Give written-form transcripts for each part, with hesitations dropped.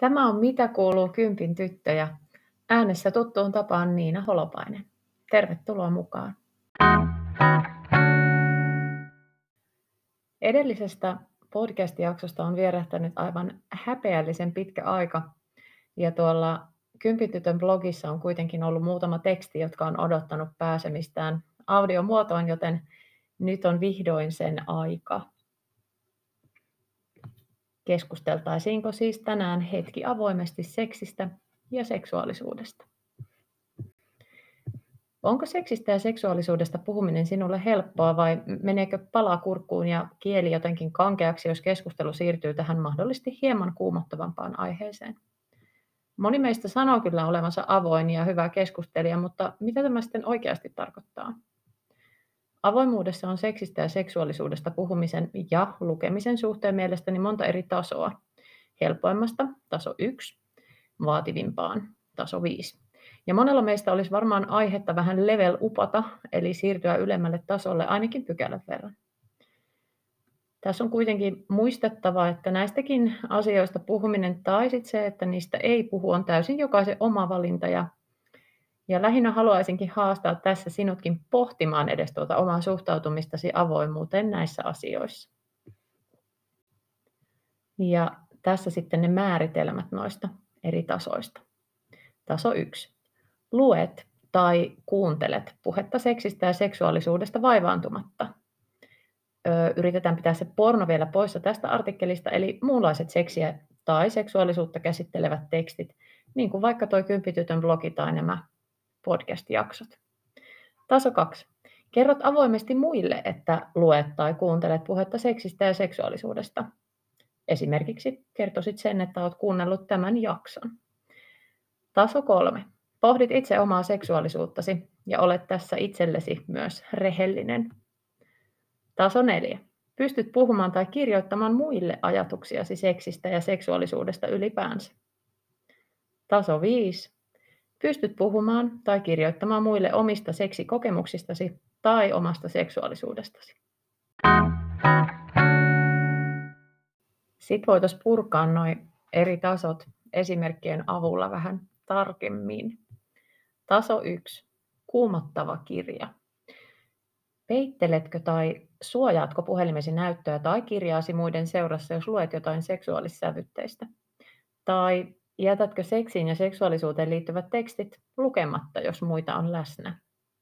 Tämä on Mitä kuuluu kympin tyttöjä. Äänessä tuttuun tapaan Niina Holopainen. Tervetuloa mukaan. Edellisestä podcast-jaksosta on vierähtänyt aivan häpeällisen pitkä aika. Ja tuolla Kympin tytön blogissa on kuitenkin ollut muutama teksti, jotka on odottanut pääsemistään audiomuotoon, joten nyt on vihdoin sen aika. Keskusteltaisiinko siis tänään hetki avoimesti seksistä ja seksuaalisuudesta? Onko seksistä ja seksuaalisuudesta puhuminen sinulle helppoa vai meneekö pala kurkkuun ja kieli jotenkin kankeaksi, jos keskustelu siirtyy tähän mahdollisesti hieman kuumottavampaan aiheeseen? Moni meistä sanoo kyllä olevansa avoin ja hyvä keskustelija, mutta mitä tämä sitten oikeasti tarkoittaa? Avoimuudessa on seksistä ja seksuaalisuudesta puhumisen ja lukemisen suhteen mielestäni monta eri tasoa. Helpoimmasta taso 1, vaativimpaan taso 5. Ja monella meistä olisi varmaan aihetta vähän level upata, eli siirtyä ylemmälle tasolle ainakin pykälän verran. Tässä on kuitenkin muistettava, että näistäkin asioista puhuminen tai sitten se, että niistä ei puhu, on täysin jokaisen oma valinta. Ja lähinnä haluaisinkin haastaa tässä sinutkin pohtimaan edes tuota omaa suhtautumistasi avoimuuteen näissä asioissa. Ja tässä sitten ne määritelmät noista eri tasoista. Taso 1. Luet tai kuuntelet puhetta seksistä ja seksuaalisuudesta vaivaantumatta. Yritetään pitää se porno vielä poissa tästä artikkelista, eli muunlaiset seksiä tai seksuaalisuutta käsittelevät tekstit, niin kuin vaikka toi Kympitytön blogi tai nämä podcast-jaksot. Taso 2. Kerrot avoimesti muille, että luet tai kuuntelet puhetta seksistä ja seksuaalisuudesta. Esimerkiksi kertoisit sen, että olet kuunnellut tämän jakson. Taso 3. Pohdit itse omaa seksuaalisuuttasi ja olet tässä itsellesi myös rehellinen. Taso 4. Pystyt puhumaan tai kirjoittamaan muille ajatuksiasi seksistä ja seksuaalisuudesta ylipäänsä. Taso 5. Pystyt puhumaan tai kirjoittamaan muille omista seksikokemuksistasi tai omasta seksuaalisuudestasi. Sitten voitaisiin purkaa nuo eri tasot esimerkkien avulla vähän tarkemmin. Taso 1. Kuumottava kirja. Peitteletkö tai suojaatko puhelimesi näyttöä tai kirjaasi muiden seurassa, jos luet jotain seksuaalissävytteistä? Tai jätätkö seksiin ja seksuaalisuuteen liittyvät tekstit lukematta, jos muita on läsnä?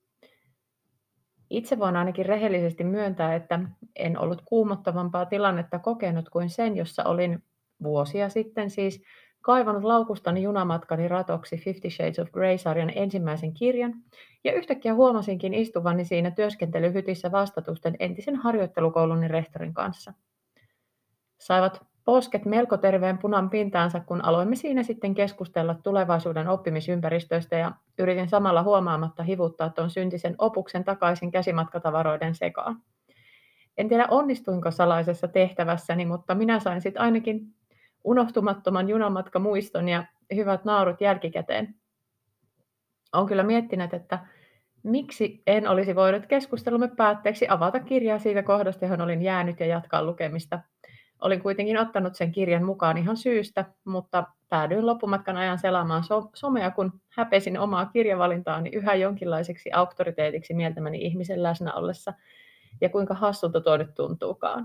Itse voin ainakin rehellisesti myöntää, että en ollut kuumottavampaa tilannetta kokenut kuin sen, jossa olin vuosia sitten siis kaivannut laukustani junamatkani ratoksi 50 Shades of Grey-sarjan ensimmäisen kirjan, ja yhtäkkiä huomasinkin istuvani siinä työskentelyhytissä vastatusten entisen harjoittelukouluni rehtorin kanssa. Saivat posket melko terveen punan pintaansa, kun aloimme siinä sitten keskustella tulevaisuuden oppimisympäristöistä ja yritin samalla huomaamatta hivuttaa tuon syntisen opuksen takaisin käsimatkatavaroiden sekaan. En tiedä onnistuinko salaisessa tehtävässäni, mutta minä sain sitten ainakin unohtumattoman junamatkamuiston ja hyvät naurut jälkikäteen. Olen kyllä miettinyt, että miksi en olisi voinut keskustelumme päätteeksi avata kirjaa siitä kohdasta, johon olin jäänyt ja jatkaa lukemista. Olin kuitenkin ottanut sen kirjan mukaan ihan syystä, mutta päädyin loppumatkan ajan selaamaan somea, kun häpesin omaa kirjavalintaani yhä jonkinlaiseksi auktoriteetiksi mieltämäni ihmisen läsnä ollessa, ja kuinka hassulta tuo nyt tuntuukaan.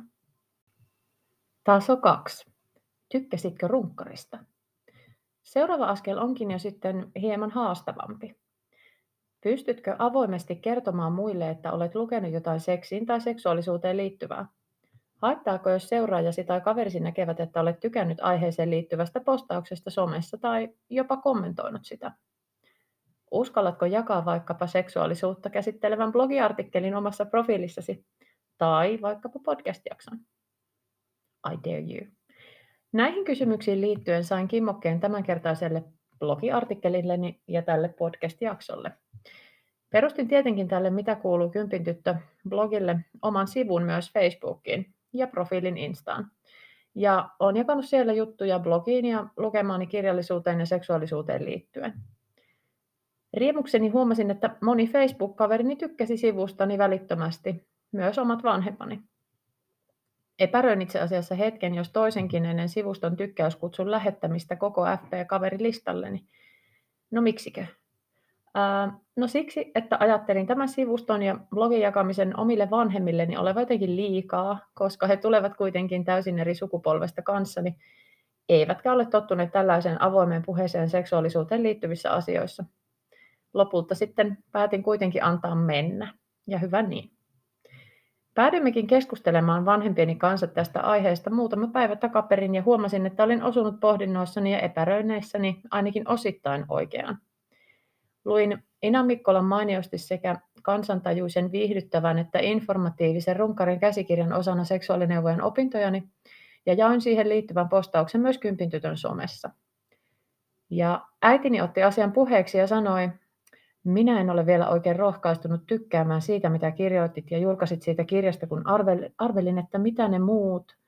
Taso 2. Tykkäsitkö runkkarista? Seuraava askel onkin jo sitten hieman haastavampi. Pystytkö avoimesti kertomaan muille, että olet lukenut jotain seksiin tai seksuaalisuuteen liittyvää? Haittaako, jos seuraajasi tai kaverisi näkevät, että olet tykännyt aiheeseen liittyvästä postauksesta somessa tai jopa kommentoinut sitä? Uskallatko jakaa vaikkapa seksuaalisuutta käsittelevän blogiartikkelin omassa profiilissasi tai vaikkapa podcast-jakson? I dare you. Näihin kysymyksiin liittyen sain kimmokkeen tämänkertaiselle blogiartikkelilleni ja tälle podcast-jaksolle. Perustin tietenkin tälle Mitä kuuluu Kympin tyttö blogille oman sivun myös Facebookiin ja profiilin Instaan. Ja olen jakanut siellä juttuja blogiin ja lukemaani kirjallisuuteen ja seksuaalisuuteen liittyen. Riemukseni huomasin, että moni Facebook-kaverini tykkäsi sivustani välittömästi, myös omat vanhempani. Epäröin itse asiassa hetken, jos toisenkin ennen sivuston tykkäyskutsun lähettämistä koko FB-kaverilistalleni. No miksikö? No siksi, että ajattelin tämän sivuston ja blogin jakamisen omille vanhemmilleni olevan jotenkin liikaa, koska he tulevat kuitenkin täysin eri sukupolvesta kanssani, eivätkä ole tottuneet tällaiseen avoimeen puheeseen seksuaalisuuteen liittyvissä asioissa. Lopulta sitten päätin kuitenkin antaa mennä, ja hyvä niin. Päädyimmekin keskustelemaan vanhempieni kanssa tästä aiheesta muutama päivä takaperin ja huomasin, että olin osunut pohdinnoissani ja epäröinneissäni ainakin osittain oikeaan. Luin Ina Mikkolan mainiosti sekä kansantajuisen viihdyttävän että informatiivisen runkarin käsikirjan osana seksuaalineuvojen opintojani ja jaoin siihen liittyvän postauksen myös Kympin tytön somessa. Ja äitini otti asian puheeksi ja sanoi, minä en ole vielä oikein rohkaistunut tykkäämään siitä, mitä kirjoitit ja julkaisit siitä kirjasta, kun arvelin, että mitä ne muut.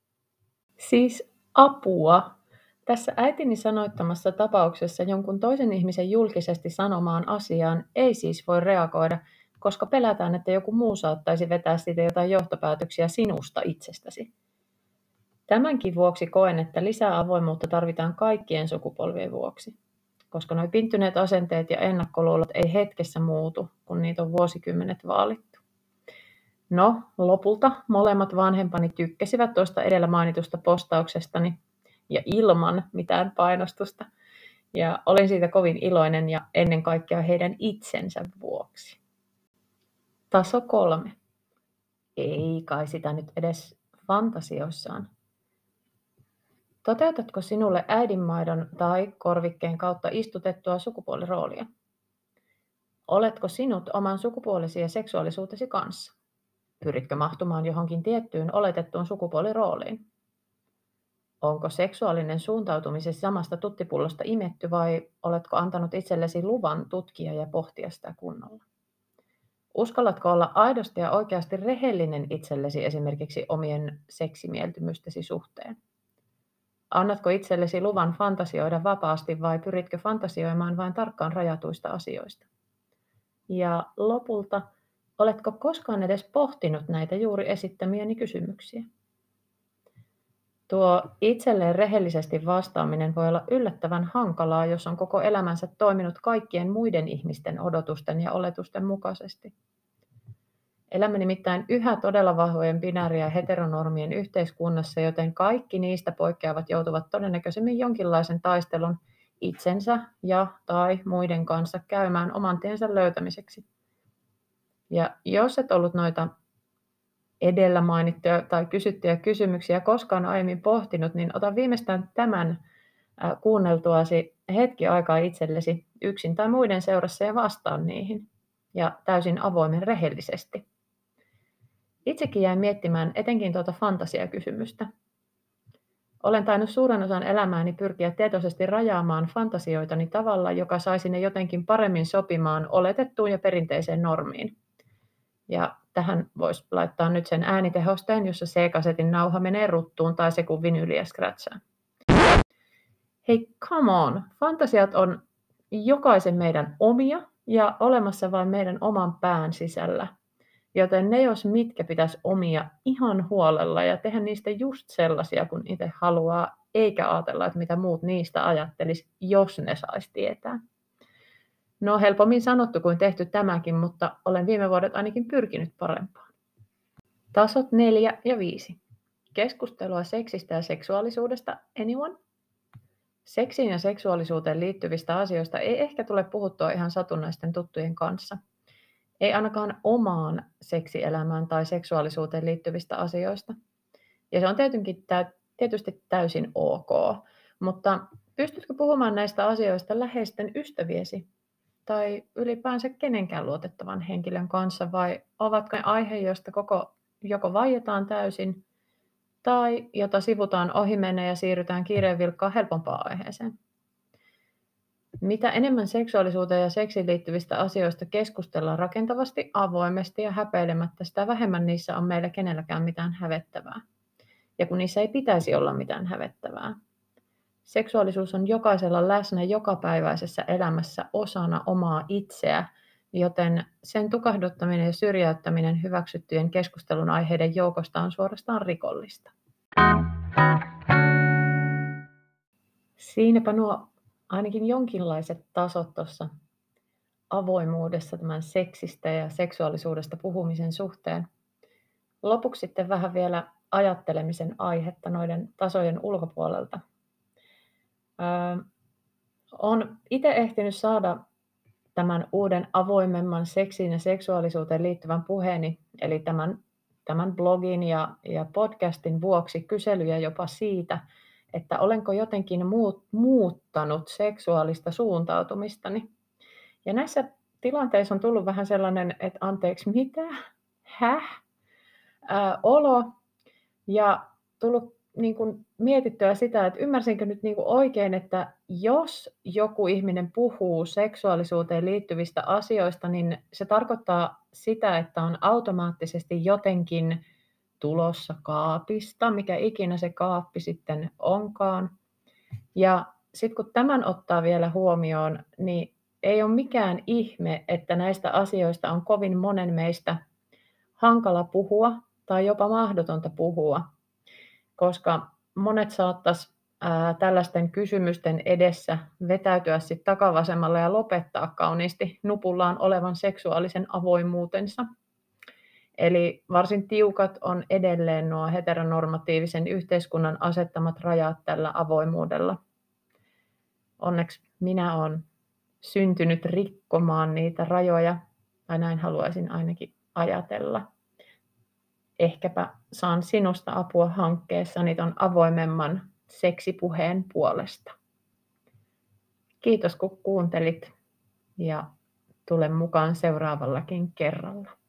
Siis apua. Tässä äitini sanoittamassa tapauksessa jonkun toisen ihmisen julkisesti sanomaan asiaan ei siis voi reagoida, koska pelätään, että joku muu saattaisi vetää siitä jotain johtopäätöksiä sinusta itsestäsi. Tämänkin vuoksi koen, että lisää avoimuutta tarvitaan kaikkien sukupolvien vuoksi, koska nuo pinttyneet asenteet ja ennakkoluulot ei hetkessä muutu, kun niitä on vuosikymmenet vaalittu. No, lopulta molemmat vanhempani tykkäsivät tuosta edellä mainitusta postauksestani ja ilman mitään painostusta. Ja olin siitä kovin iloinen ja ennen kaikkea heidän itsensä vuoksi. Taso 3. Ei kai sitä nyt edes fantasioissaan. Toteutatko sinulle äidinmaidon tai korvikkeen kautta istutettua sukupuoliroolia? Oletko sinut oman sukupuolesi ja seksuaalisuutesi kanssa? Pyritkö mahtumaan johonkin tiettyyn oletettuun sukupuolirooliin? Onko seksuaalinen suuntautumisesi samasta tuttipullosta imetty vai oletko antanut itsellesi luvan tutkia ja pohtia sitä kunnolla? Uskallatko olla aidosti ja oikeasti rehellinen itsellesi esimerkiksi omien seksimieltymystesi suhteen? Annatko itsellesi luvan fantasioida vapaasti vai pyritkö fantasioimaan vain tarkkaan rajatuista asioista? Ja lopulta, oletko koskaan edes pohtinut näitä juuri esittämiäni kysymyksiä? Tuo itselleen rehellisesti vastaaminen voi olla yllättävän hankalaa, jos on koko elämänsä toiminut kaikkien muiden ihmisten odotusten ja oletusten mukaisesti. Elämme nimittäin yhä todella vahvojen binääri- ja heteronormien yhteiskunnassa, joten kaikki niistä poikkeavat joutuvat todennäköisemmin jonkinlaisen taistelun itsensä ja tai muiden kanssa käymään oman tiensä löytämiseksi. Ja jos et ollut noita edellä mainittuja tai kysyttyjä kysymyksiä koskaan aiemmin pohtinut, niin ota viimeistään tämän kuunneltuasi hetki aikaa itsellesi yksin tai muiden seurassa ja vastaa niihin ja täysin avoimen rehellisesti. Itsekin jäin miettimään etenkin tuota fantasiakysymystä. Olen tainnut suuren osan elämääni pyrkiä tietoisesti rajaamaan fantasioitani tavalla, joka saisi ne jotenkin paremmin sopimaan oletettuun ja perinteiseen normiin. Ja tähän voisi laittaa nyt sen äänitehosteen, jossa C-kasetin nauha menee ruttuun tai se kun vinyyliä scratchaa. Hei, come on! Fantasiat on jokaisen meidän omia ja olemassa vain meidän oman pään sisällä. Joten ne jos mitkä pitäisi omia ihan huolella ja tehdä niistä just sellaisia, kun itse haluaa, eikä ajatella, että mitä muut niistä ajattelisi, jos ne saisi tietää. No helpommin sanottu kuin tehty tämäkin, mutta olen viime vuodet ainakin pyrkinyt parempaan. Tasot 4 ja 5. Keskustelua seksistä ja seksuaalisuudesta. Anyone? Seksiin ja seksuaalisuuteen liittyvistä asioista ei ehkä tule puhuttua ihan satunnaisten tuttujen kanssa. Ei ainakaan omaan seksielämään tai seksuaalisuuteen liittyvistä asioista. Ja se on tietysti täysin ok, mutta pystytkö puhumaan näistä asioista läheisten ystäviesi tai ylipäänsä kenenkään luotettavan henkilön kanssa vai ovatko ne aihe, josta joko vaietaan täysin tai jota sivutaan ohimennen ja siirrytään kiireen vilkkaan helpompaan aiheeseen? Mitä enemmän seksuaalisuuteen ja seksiin liittyvistä asioista keskustellaan rakentavasti, avoimesti ja häpeilemättä, sitä vähemmän niissä on meillä kenelläkään mitään hävettävää. Ja kun niissä ei pitäisi olla mitään hävettävää. Seksuaalisuus on jokaisella läsnä jokapäiväisessä elämässä osana omaa itseä, joten sen tukahduttaminen ja syrjäyttäminen hyväksyttyjen keskustelun aiheiden joukosta on suorastaan rikollista. Siinäpä nuo ainakin jonkinlaiset tasot tuossa avoimuudessa tämän seksistä ja seksuaalisuudesta puhumisen suhteen. Lopuksi sitten vähän vielä ajattelemisen aihetta noiden tasojen ulkopuolelta. Olen itse ehtinyt saada tämän uuden avoimemman seksiin ja seksuaalisuuteen liittyvän puheeni, eli tämän blogin ja podcastin vuoksi kyselyjä jopa siitä, että olenko jotenkin muuttanut seksuaalista suuntautumistani. Ja näissä tilanteissa on tullut vähän sellainen, että anteeksi, mitä? Häh? Olo. Ja tullut niin kuin mietittyä sitä, että ymmärsinkö nyt niin kuin oikein, että jos joku ihminen puhuu seksuaalisuuteen liittyvistä asioista, niin se tarkoittaa sitä, että on automaattisesti jotenkin tulossa kaapista, mikä ikinä se kaappi sitten onkaan. Ja sitten kun tämän ottaa vielä huomioon, niin ei ole mikään ihme, että näistä asioista on kovin monen meistä hankala puhua tai jopa mahdotonta puhua, koska monet saattaisi tällaisten kysymysten edessä vetäytyä sitten takavasemmalle ja lopettaa kauniisti nupullaan olevan seksuaalisen avoimuutensa. Eli varsin tiukat on edelleen nuo heteronormatiivisen yhteiskunnan asettamat rajat tällä avoimuudella. Onneksi minä olen syntynyt rikkomaan niitä rajoja, tai näin haluaisin ainakin ajatella. Ehkäpä saan sinusta apua hankkeessani ton avoimemman seksipuheen puolesta. Kiitos kun kuuntelit ja tule mukaan seuraavallakin kerralla.